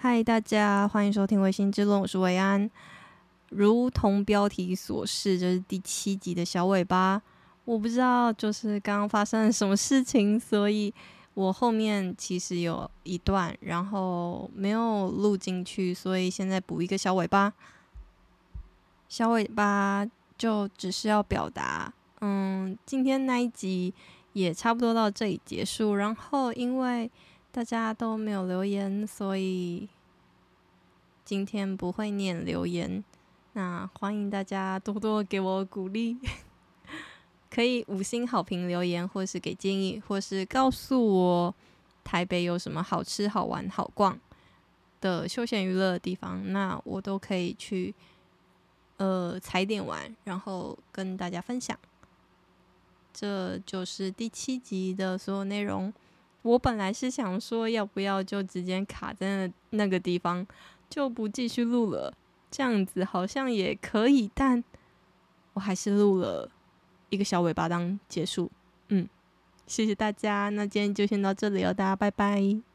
嗨，大家欢迎收听《维新之论》，我是维安。如同标题所示，这是第7集的小尾巴。我不知道就是刚刚发生了什么事情，所以我后面其实有一段，然后没有录进去，所以现在补一个小尾巴。小尾巴就只是要表达，今天那一集也差不多到这里结束。然后因为大家都没有留言，所以今天不会念留言。那欢迎大家多多给我鼓励，可以5星好评留言，或是给建议，或是告诉我台北有什么好吃、好玩、好逛的休闲娱乐的地方，那我都可以去踩点玩，然后跟大家分享。这就是第7集的所有内容。我本来是想说要不要就直接卡在那个地方，就不继续录了，这样子好像也可以，但我还是录了一个小尾巴当结束。谢谢大家，那今天就先到这里了，大家拜拜。